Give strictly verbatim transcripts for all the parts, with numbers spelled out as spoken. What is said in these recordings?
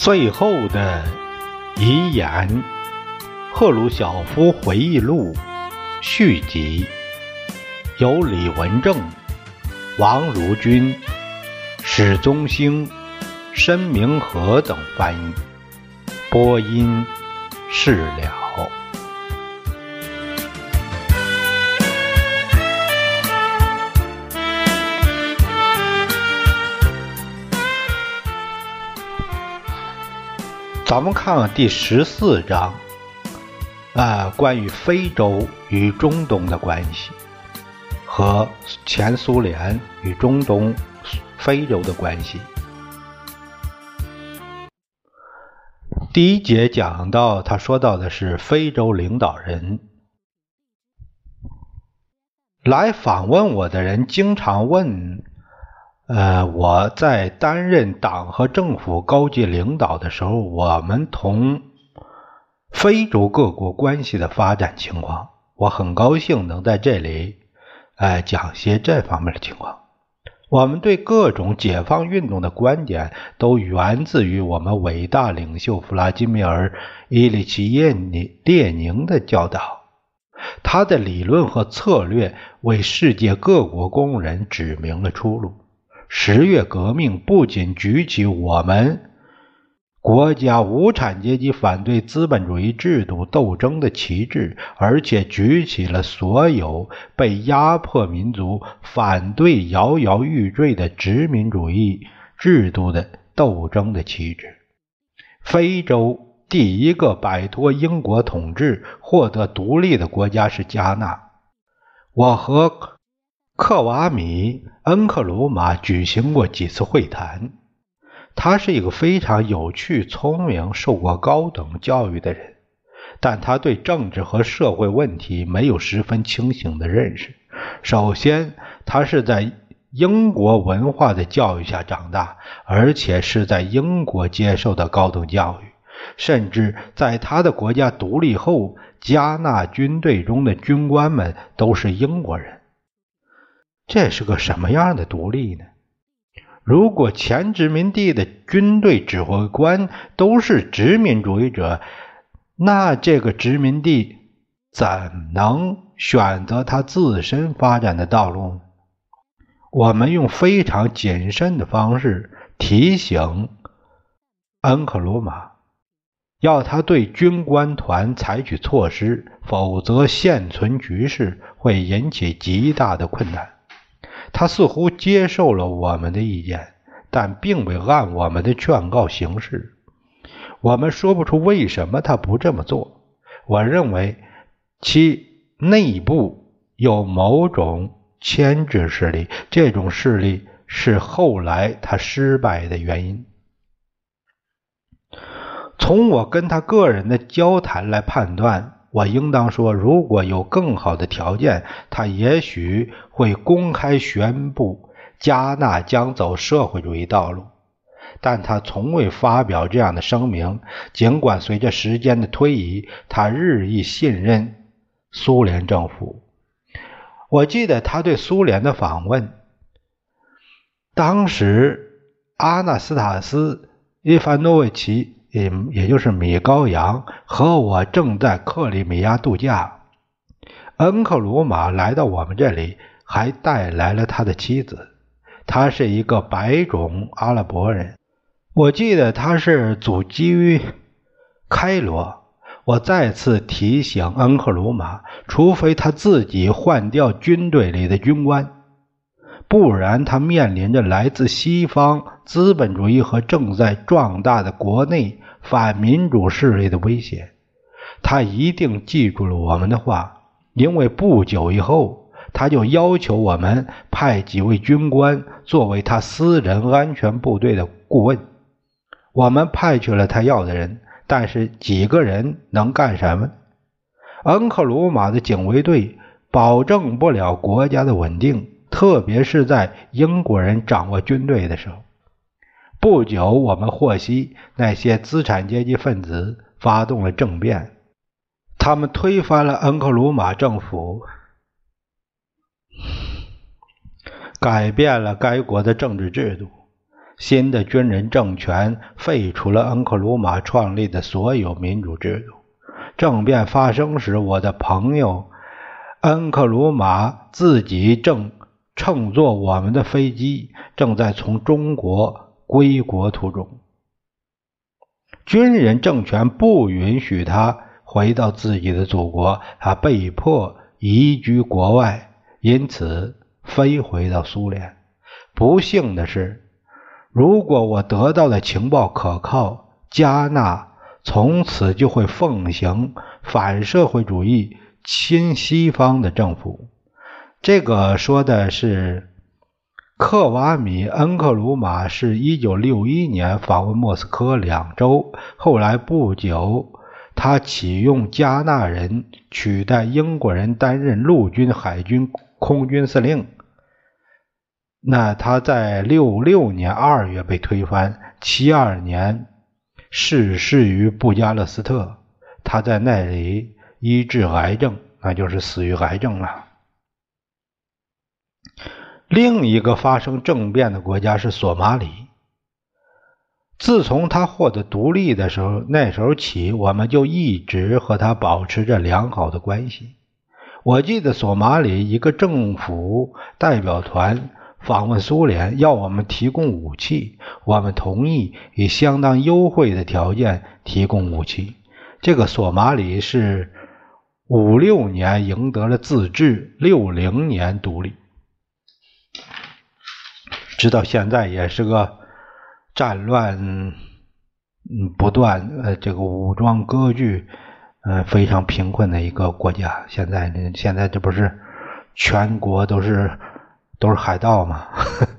最后的遗言，赫鲁晓夫回忆录续集，由李文正、王如君、史宗兴、申明和等翻译，播音释了。咱们看看第十四章，啊，关于非洲与中东的关系和前苏联与中东非洲的关系。第一节讲到，他说到的是非洲领导人。来访问我的人经常问，呃，我在担任党和政府高级领导的时候，我们同非洲各国关系的发展情况。我很高兴能在这里，呃，讲些这方面的情况。我们对各种解放运动的观点都源自于我们伟大领袖弗拉基米尔·伊里奇耶列宁的教导。他的理论和策略为世界各国工人指明了出路。十月革命不仅举起我们国家无产阶级反对资本主义制度斗争的旗帜，而且举起了所有被压迫民族反对摇摇欲坠的殖民主义制度的斗争的旗帜。非洲第一个摆脱英国统治获得独立的国家是加纳。我和克瓦米·恩克鲁马举行过几次会谈。他是一个非常有趣、聪明、受过高等教育的人，但他对政治和社会问题没有十分清醒的认识。首先，他是在英国文化的教育下长大，而且是在英国接受的高等教育。甚至在他的国家独立后，加纳军队中的军官们都是英国人。这是个什么样的独立呢？如果前殖民地的军队指挥官都是殖民主义者，那这个殖民地怎能选择他自身发展的道路呢？我们用非常谨慎的方式提醒恩克鲁马，要他对军官团采取措施，否则现存局势会引起极大的困难。他似乎接受了我们的意见，但并未按我们的劝告行事。我们说不出为什么他不这么做。我认为其内部有某种牵制势力，这种势力是后来他失败的原因。从我跟他个人的交谈来判断，我应当说，如果有更好的条件，他也许会公开宣布加纳将走社会主义道路，但他从未发表这样的声明。尽管随着时间的推移，他日益信任苏联政府。我记得他对苏联的访问，当时阿纳斯塔斯·伊凡诺维奇也就是米高扬和我正在克里米亚度假。恩克鲁马来到我们这里，还带来了他的妻子，他是一个白种阿拉伯人。我记得他是祖籍于开罗。我再次提醒恩克鲁马，除非他自己换掉军队里的军官，不然他面临着来自西方资本主义和正在壮大的国内反民主势力的威胁。他一定记住了我们的话，因为不久以后他就要求我们派几位军官作为他私人安全部队的顾问。我们派去了他要的人，但是几个人能干什么？恩克鲁马的警卫队保证不了国家的稳定，特别是在英国人掌握军队的时候。不久，我们获悉那些资产阶级分子发动了政变，他们推翻了恩克鲁马政府，改变了该国的政治制度。 新的军人政权废除了恩克鲁马创立的所有民主制度。政变发生时，我的朋友恩克鲁马自己正乘坐我们的飞机，正在从中国归国途中。军人政权不允许他回到自己的祖国，他被迫移居国外，因此飞回到苏联。不幸的是，如果我得到的情报可靠，加纳从此就会奉行反社会主义亲西方的政府。这个说的是克瓦米·恩克鲁马是一九六一年访问莫斯科两周，后来不久他启用加纳人取代英国人担任陆军、海军、空军司令。那他在六六年二月被推翻，七二年逝世于布加勒斯特，他在那里医治癌症，那就是死于癌症了。另一个发生政变的国家是索马里。自从他获得独立的时候，那时候起，我们就一直和他保持着良好的关系。我记得索马里一个政府代表团访问苏联，要我们提供武器，我们同意以相当优惠的条件提供武器。这个索马里是五六年赢得了自治，六零年独立，直到现在也是个战乱嗯不断，呃，这个武装割据，呃，非常贫困的一个国家。现在现在这不是全国都是都是海盗吗？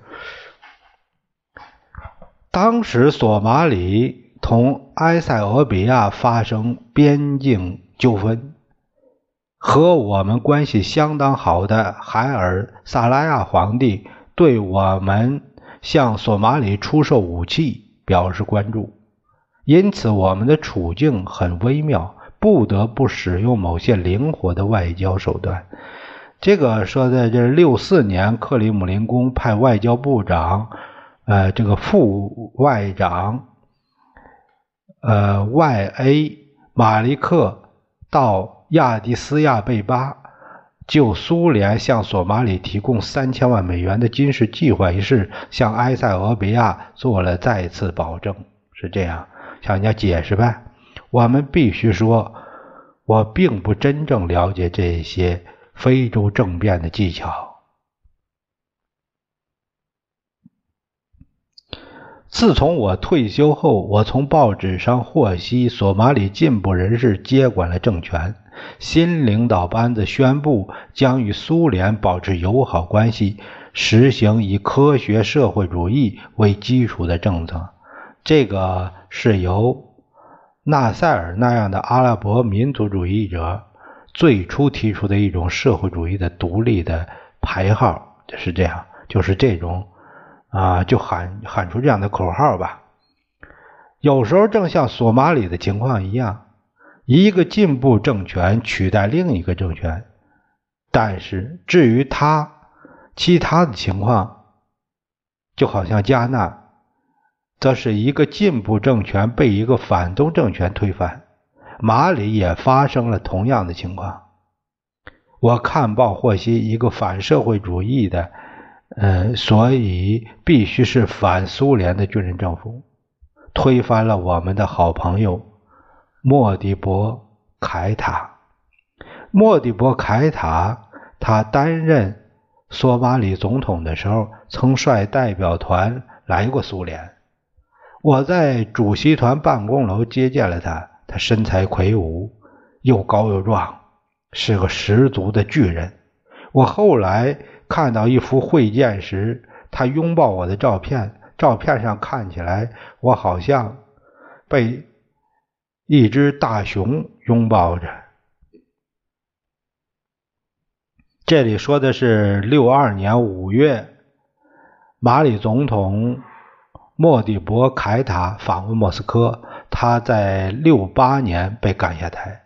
当时索马里同埃塞俄比亚发生边境纠纷，和我们关系相当好的海尔萨拉亚皇帝对我们向索马里出售武器表示关注，因此我们的处境很微妙，不得不使用某些灵活的外交手段。这个说的这六四年，克里姆林宫派外交部长，呃，这个副外长，呃 ，Y A 马利克到亚的斯亚贝巴，就苏联向索马里提供三千万美元的军事计划一事，向埃塞俄比亚做了再次保证。是这样，向人家解释呗。我们必须说，我并不真正了解这些非洲政变的技巧。自从我退休后，我从报纸上获悉索马里进步人士接管了政权，新领导班子宣布将与苏联保持友好关系，实行以科学社会主义为基础的政策。这个是由纳赛尔那样的阿拉伯民族主义者最初提出的一种社会主义的独立的牌号，就是这样，就是这种啊，就喊喊出这样的口号吧。有时候正像索马里的情况一样，一个进步政权取代另一个政权，但是至于他其他的情况，就好像加纳，则是一个进步政权被一个反动政权推翻。马里也发生了同样的情况。我看报获悉，一个反社会主义的呃，所以必须是反苏联的军人政府推翻了我们的好朋友莫迪博凯塔。莫迪博凯塔他担任索马里总统的时候，曾率代表团来过苏联。我在主席团办公楼接见了他，他身材魁梧，又高又壮，是个十足的巨人。我后来看到一幅会见时他拥抱我的照片，照片上看起来我好像被一只大熊拥抱着。这里说的是六二年五月，马里总统莫迪博凯塔访问莫斯科，他在六八年被赶下台。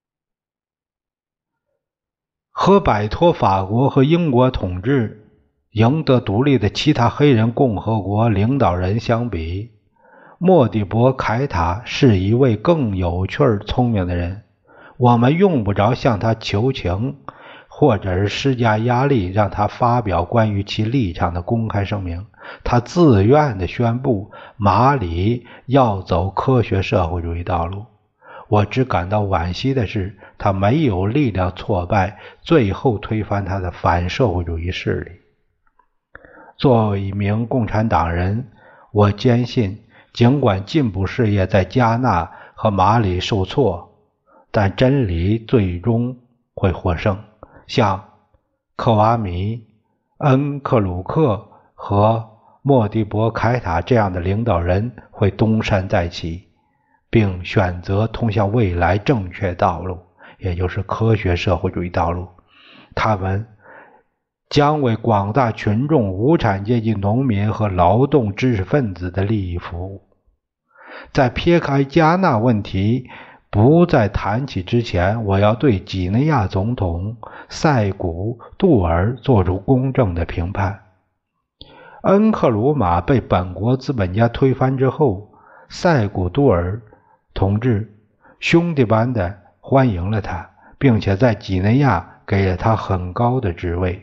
和摆脱法国和英国统治赢得独立的其他黑人共和国领导人相比，莫迪博凯塔是一位更有趣儿、聪明的人。我们用不着向他求情，或者是施加压力让他发表关于其立场的公开声明。他自愿地宣布马里要走科学社会主义道路。我只感到惋惜的是，他没有力量挫败，最后推翻他的反社会主义势力。作为一名共产党人，我坚信，尽管进步事业在加纳和马里受挫，但真理最终会获胜。像克瓦米、恩克鲁克和莫迪博凯塔这样的领导人会东山再起，并选择通向未来正确道路，也就是科学社会主义道路。他们将为广大群众、无产阶级农民和劳动知识分子的利益服务。在撇开加纳问题不再谈起之前，我要对几内亚总统塞古杜尔做出公正的评判。恩克鲁马被本国资本家推翻之后，塞古杜尔同志兄弟般的欢迎了他，并且在几内亚给了他很高的职位。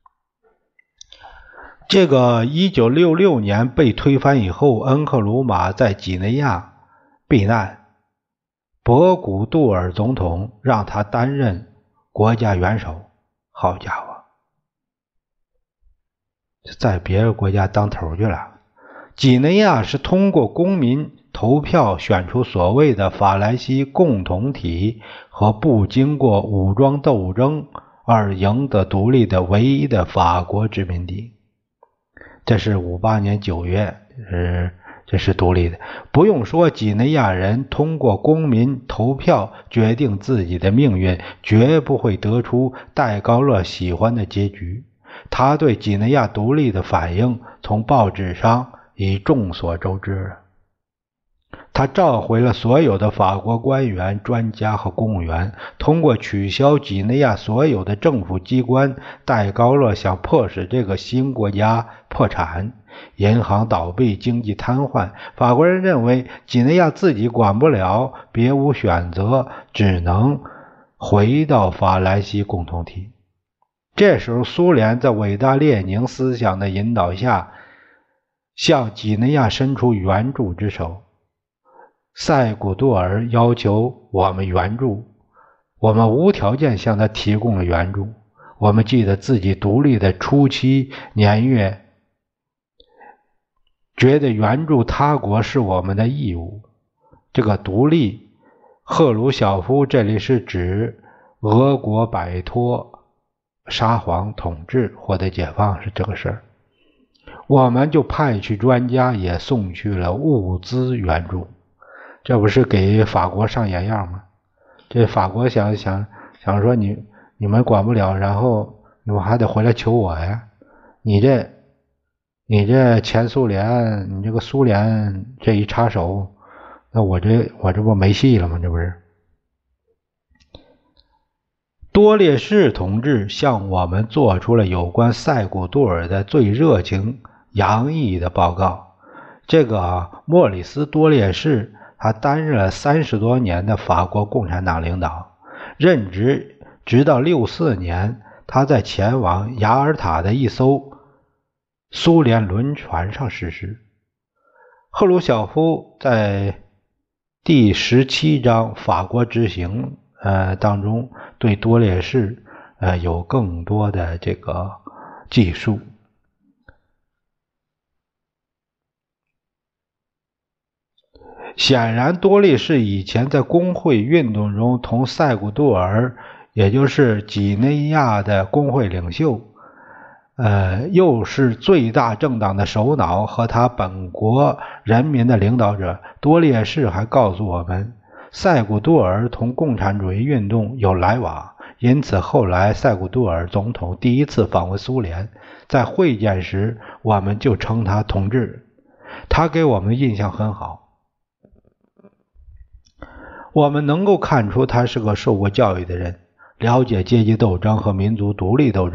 这个一九六六年被推翻以后，恩克鲁马在几内亚避难，博古杜尔总统让他担任国家元首。好家伙，在别的国家当头去了。几内亚是通过公民投票选出所谓的法兰西共同体和不经过武装斗争而赢得独立的唯一的法国殖民地。这是五八年九月，呃，这是独立的。不用说，几内亚人通过公民投票决定自己的命运，绝不会得出戴高乐喜欢的结局。他对几内亚独立的反应从报纸上已众所周知了。他召回了所有的法国官员、专家和公务员，通过取消几内亚所有的政府机关，戴高乐想迫使这个新国家破产，银行倒闭，经济瘫痪。法国人认为几内亚自己管不了，别无选择，只能回到法兰西共同体。这时候苏联在伟大列宁思想的引导下，向几内亚伸出援助之手。塞古杜尔要求我们援助，我们无条件向他提供了援助。我们记得自己独立的初期年月，觉得援助他国是我们的义务。这个独立，赫鲁晓夫这里是指俄国摆脱沙皇统治，获得解放，是这个事儿。我们就派去专家，也送去了物资援助。这不是给法国上眼药吗？这法国想想想说你你们管不了，然后你们还得回来求我呀！你这你这前苏联，你这个苏联这一插手，那我这我这不没戏了吗？这不是？多列士同志向我们做出了有关塞古杜尔的最热情洋溢的报告。这个莫里斯·多列士他担任了三十多年的法国共产党领导，任职直到六四年，他在前往雅尔塔的一艘苏联轮船上逝世。赫鲁晓夫在第十七章法国之行呃当中对多列士呃有更多的这个记述。显然多列士以前在工会运动中同塞古杜尔，也就是几内亚的工会领袖，呃，又是最大政党的首脑和他本国人民的领导者。多列士还告诉我们，塞古杜尔同共产主义运动有来往，因此后来塞古杜尔总统第一次访问苏联，在会见时我们就称他同志，他给我们印象很好。我们能够看出他是个受过教育的人，了解阶级斗争和民族独立斗争。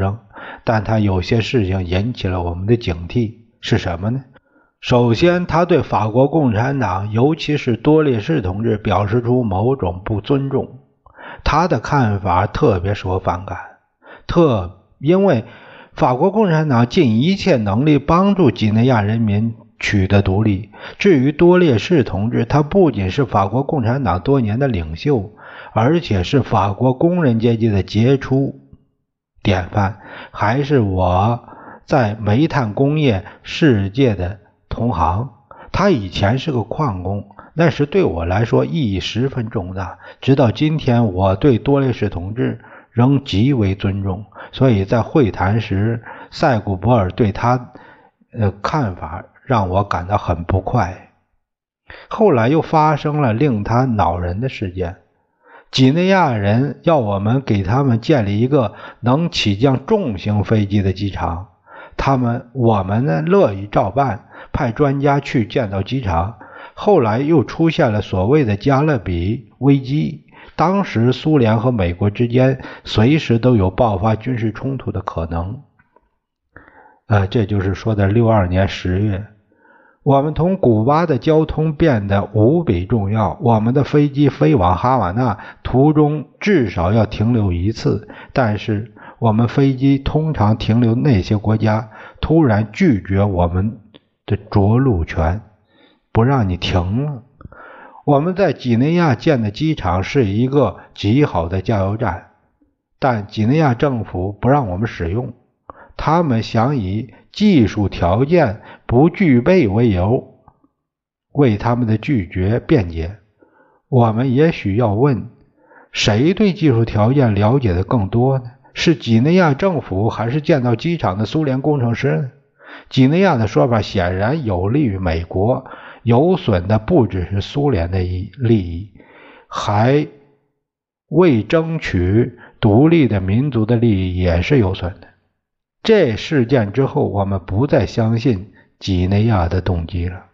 但他有些事情引起了我们的警惕，是什么呢？首先，他对法国共产党，尤其是多列士同志表示出某种不尊重。他的看法特别使我反感，特因为法国共产党尽一切能力帮助几内亚人民取得独立。至于多列士同志，他不仅是法国共产党多年的领袖，而且是法国工人阶级的杰出典范，还是我在煤炭工业世界的同行。他以前是个矿工，那时对我来说意义十分重大，直到今天我对多列士同志仍极为尊重，所以在会谈时塞古博尔对他呃看法让我感到很不快。后来又发生了令他恼人的事件，几内亚人要我们给他们建立一个能起降重型飞机的机场，他们我们呢乐意照办，派专家去建造机场。后来又出现了所谓的加勒比危机，当时苏联和美国之间随时都有爆发军事冲突的可能。呃，这就是说的六二年十月，我们同古巴的交通变得无比重要，我们的飞机飞往哈瓦那途中至少要停留一次，但是我们飞机通常停留那些国家突然拒绝我们的着陆权，不让你停了。我们在几内亚建的机场是一个极好的加油站，但几内亚政府不让我们使用，他们想以技术条件不具备为由为他们的拒绝辩解。我们也许要问，谁对技术条件了解的更多呢？是几内亚政府还是建造机场的苏联工程师呢？几内亚的说法显然有利于美国，有损的不只是苏联的利益，还为争取独立的民族的利益也是有损的。这事件之后，我们不再相信几内亚的动机了。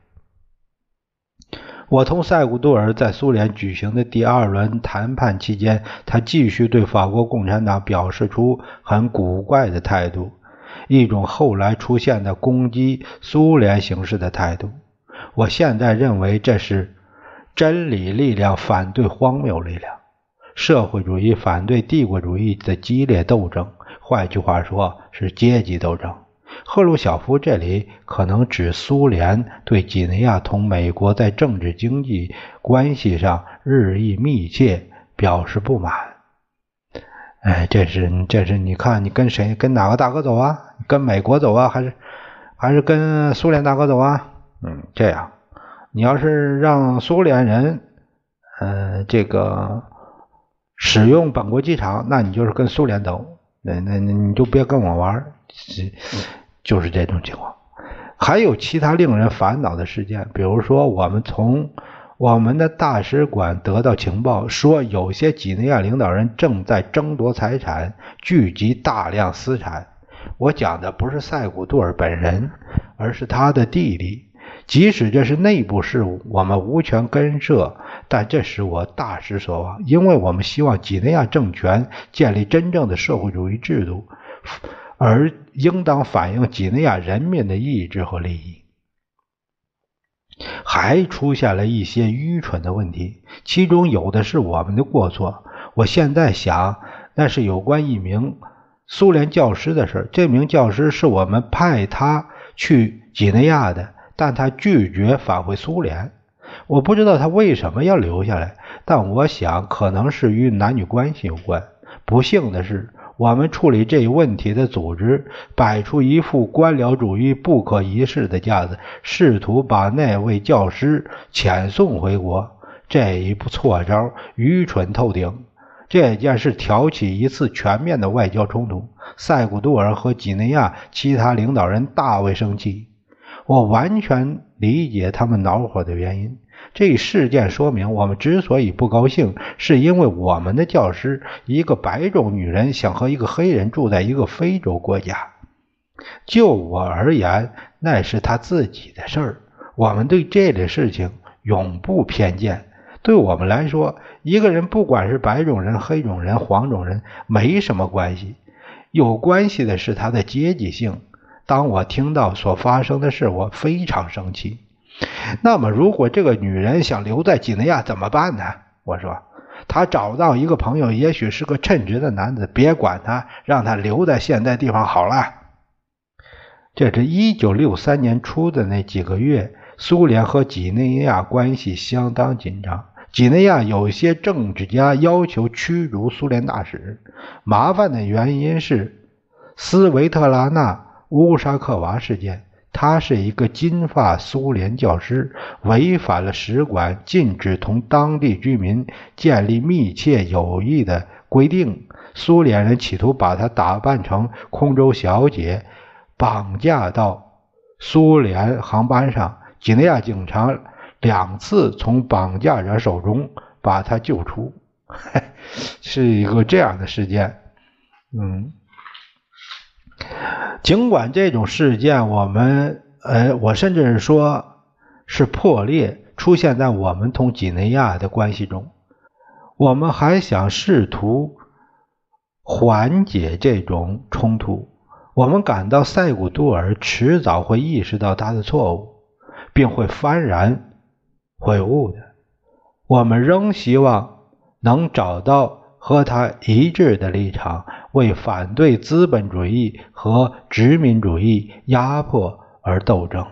我同塞古多尔在苏联举行的第二轮谈判期间，他继续对法国共产党表示出很古怪的态度，一种后来出现的攻击苏联形式的态度。我现在认为这是真理力量反对荒谬力量，社会主义反对帝国主义的激烈斗争，换句话说是阶级斗争。赫鲁晓夫这里可能指苏联对几内亚同美国在政治经济关系上日益密切表示不满。哎，这是这是你看你跟谁跟哪个大哥走啊？跟美国走啊，还是还是跟苏联大哥走啊？嗯，这样，你要是让苏联人呃这个使用本国机场，那你就是跟苏联走，那那你就别跟我玩，就是这种情况。还有其他令人烦恼的事件，比如说我们从我们的大使馆得到情报，说有些几内亚领导人正在争夺财产，聚集大量私产。我讲的不是塞古杜尔本人，而是他的弟弟。即使这是内部事务，我们无权干涉，但这使我大失所望，因为我们希望几内亚政权建立真正的社会主义制度，而应当反映几内亚人民的意志和利益。还出现了一些愚蠢的问题，其中有的是我们的过错。我现在想，那是有关一名苏联教师的事。这名教师是我们派他去几内亚的，但他拒绝返回苏联。我不知道他为什么要留下来，但我想可能是与男女关系有关。不幸的是，我们处理这一问题的组织摆出一副官僚主义不可一世的架子，试图把那位教师遣送回国。这一步错招愚蠢透顶。这件事挑起一次全面的外交冲突，塞古杜尔和几内亚其他领导人大为生气。我完全理解他们恼火的原因。这一事件说明，我们之所以不高兴，是因为我们的教师，一个白种女人，想和一个黑人住在一个非洲国家。就我而言，那是他自己的事儿。我们对这类事情永不偏见。对我们来说，一个人不管是白种人、黑种人、黄种人，没什么关系。 有关系的是他的阶级性。当我听到所发生的事，我非常生气。那么如果这个女人想留在几内亚怎么办呢？我说，她找到一个朋友，也许是个称职的男子，别管他，让他留在现在地方好了。这是一九六三年初的那几个月，苏联和几内亚关系相当紧张。几内亚有些政治家要求驱逐苏联大使，麻烦的原因是斯维特拉娜乌沙克娃事件。他是一个金发苏联教师，违反了使馆禁止同当地居民建立密切友谊的规定。苏联人企图把他打扮成空中小姐，绑架到苏联航班上。几内亚警察两次从绑架者手中把他救出，是一个这样的事件。嗯，尽管这种事件我们呃，我甚至说是破裂出现在我们同几内亚的关系中，我们还想试图缓解这种冲突。我们感到塞古杜尔迟早会意识到他的错误，并会幡然悔悟的。我们仍希望能找到和他一致的立场，为反对资本主义和殖民主义压迫而斗争。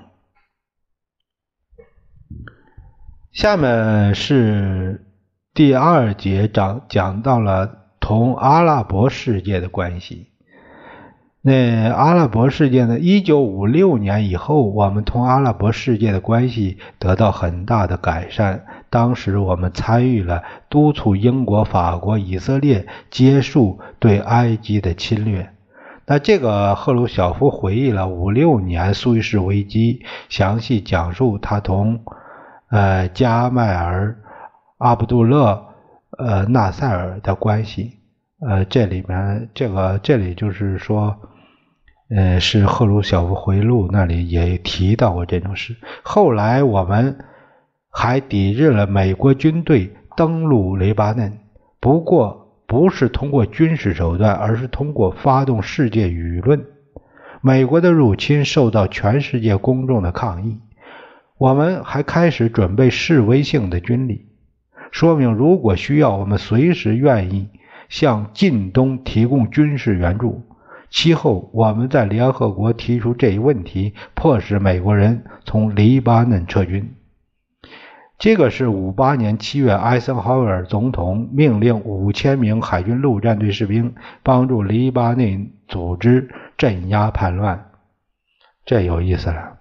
下面是第二节讲讲到了同阿拉伯世界的关系。那阿拉伯世界呢？一九五六年以后，我们同阿拉伯世界的关系得到很大的改善。当时我们参与了督促英国、法国、以色列结束对埃及的侵略。那这个赫鲁晓夫回忆了五六年苏伊士危机，详细讲述他同呃加迈尔阿卜杜勒呃纳赛尔的关系。呃，这里面这个这里就是说，呃，是赫鲁晓夫回忆录那里也提到过这种事。后来我们还抵制了美国军队登陆黎巴嫩，不过不是通过军事手段，而是通过发动世界舆论。美国的入侵受到全世界公众的抗议。我们还开始准备示威性的军力，说明如果需要，我们随时愿意向近东提供军事援助。其后我们在联合国提出这一问题，迫使美国人从黎巴嫩撤军。这个是五八年七月，艾森豪威尔总统命令五千名海军陆战队士兵帮助黎巴嫩组织镇压叛乱。这有意思了。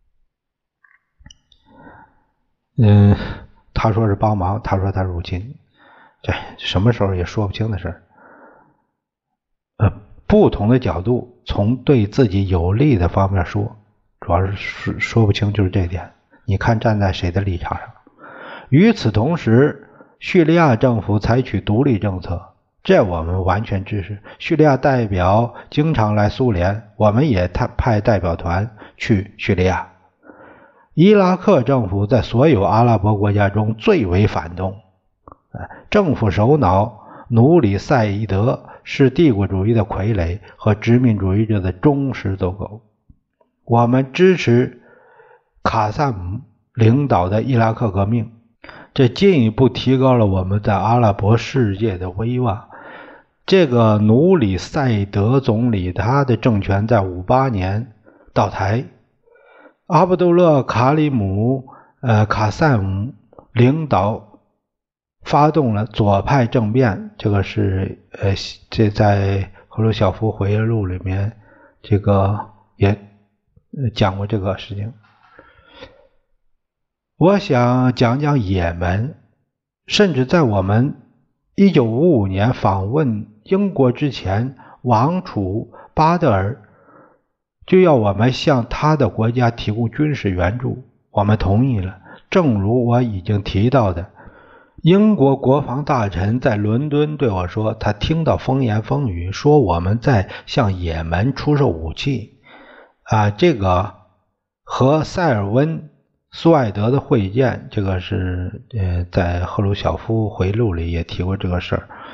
嗯，他说是帮忙，他说他入侵，这什么时候也说不清的事儿。呃，不同的角度，从对自己有利的方面说，主要是说说不清，就是这点。你看站在谁的立场上。与此同时，叙利亚政府采取独立政策，这我们完全支持。叙利亚代表经常来苏联，我们也派代表团去叙利亚。伊拉克政府在所有阿拉伯国家中最为反动，政府首脑努里赛义德是帝国主义的傀儡和殖民主义者的忠实走狗。我们支持卡萨姆领导的伊拉克革命，这进一步提高了我们在阿拉伯世界的威望。这个努里赛义德总理，他的政权在五八年倒台，阿卜杜勒卡里姆呃卡萨姆领导发动了左派政变。这个是呃这在赫鲁晓夫回忆录里面这个也讲过这个事情。我想讲讲也门，甚至在我们一九五五年访问英国之前，王储巴德尔就要我们向他的国家提供军事援助，我们同意了。正如我已经提到的，英国国防大臣在伦敦对我说，他听到风言风语，说我们在向也门出售武器。啊，这个和塞尔温苏艾德的会见，这个是呃在赫鲁晓夫回忆录里也提过这个事儿。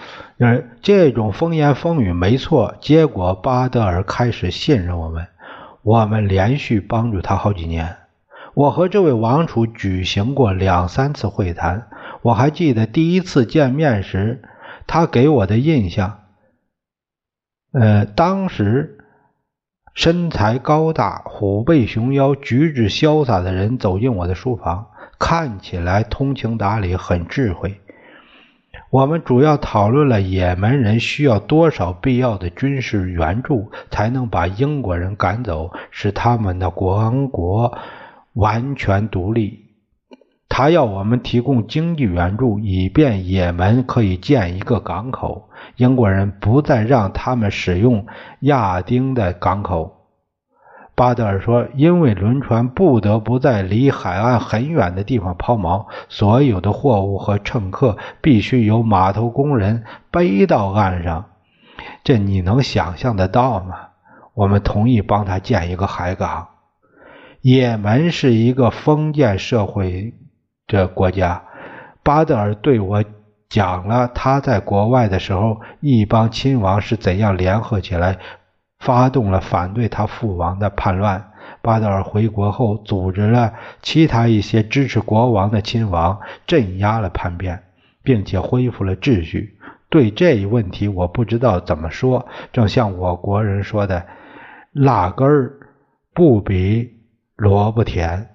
呃，这种风言风语没错，结果巴德尔开始信任我们，我们连续帮助他好几年。我和这位王储举行过两三次会谈，我还记得第一次见面时，他给我的印象，呃，当时身材高大、虎背熊腰、举止潇洒的人走进我的书房，看起来通情达理，很智慧。我们主要讨论了也门人需要多少必要的军事援助，才能把英国人赶走，使他们的王国完全独立。他要我们提供经济援助，以便也门可以建一个港口，英国人不再让他们使用亚丁的港口。巴德尔说，因为轮船不得不在离海岸很远的地方抛锚，所有的货物和乘客必须由码头工人背到岸上。这你能想象得到吗？我们同意帮他建一个海港。也门是一个封建社会的国家，巴德尔对我讲了他在国外的时候，一帮亲王是怎样联合起来发动了反对他父王的叛乱。巴德尔回国后组织了其他一些支持国王的亲王，镇压了叛变，并且恢复了秩序。对这一问题我不知道怎么说，正像我国人说的，辣根儿不比萝卜甜。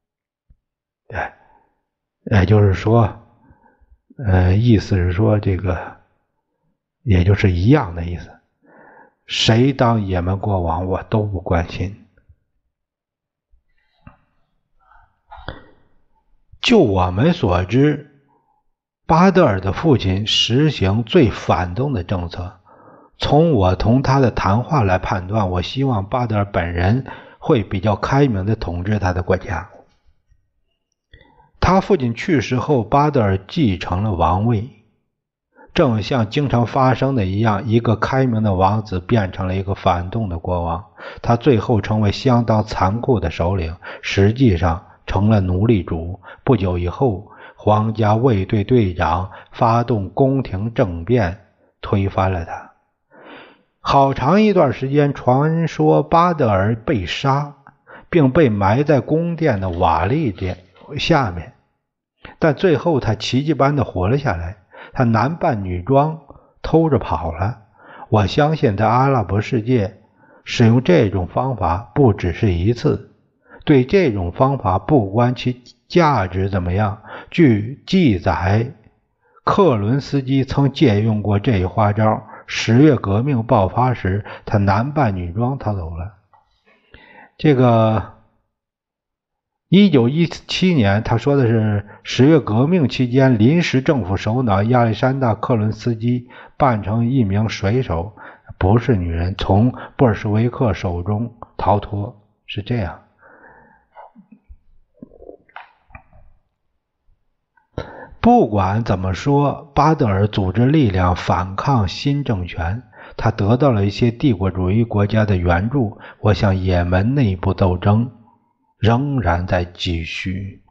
也就是说呃，意思是说这个也就是一样的意思，谁当也门国王我都不关心。就我们所知，巴德尔的父亲实行最反动的政策。从我同他的谈话来判断，我希望巴德尔本人会比较开明地统治他的国家。他父亲去世后，巴德尔继承了王位，正像经常发生的一样，一个开明的王子变成了一个反动的国王，他最后成为相当残酷的首领，实际上成了奴隶主。不久以后，皇家卫队队长发动宫廷政变，推翻了他。好长一段时间，传说巴德尔被杀，并被埋在宫殿的瓦砾下面，但最后他奇迹般的活了下来。他男扮女装偷着跑了。我相信在阿拉伯世界使用这种方法不只是一次。对这种方法不管其价值怎么样，据记载，克伦斯基曾借用过这一花招。十月革命爆发时，他男扮女装逃走了。这个一九一七年，他说的是十月革命期间，临时政府首脑亚历山大·克伦斯基扮成一名水手，不是女人，从布尔什维克手中逃脱，是这样。不管怎么说，巴德尔组织力量反抗新政权，他得到了一些帝国主义国家的援助。我想也门内部斗争仍然在继续。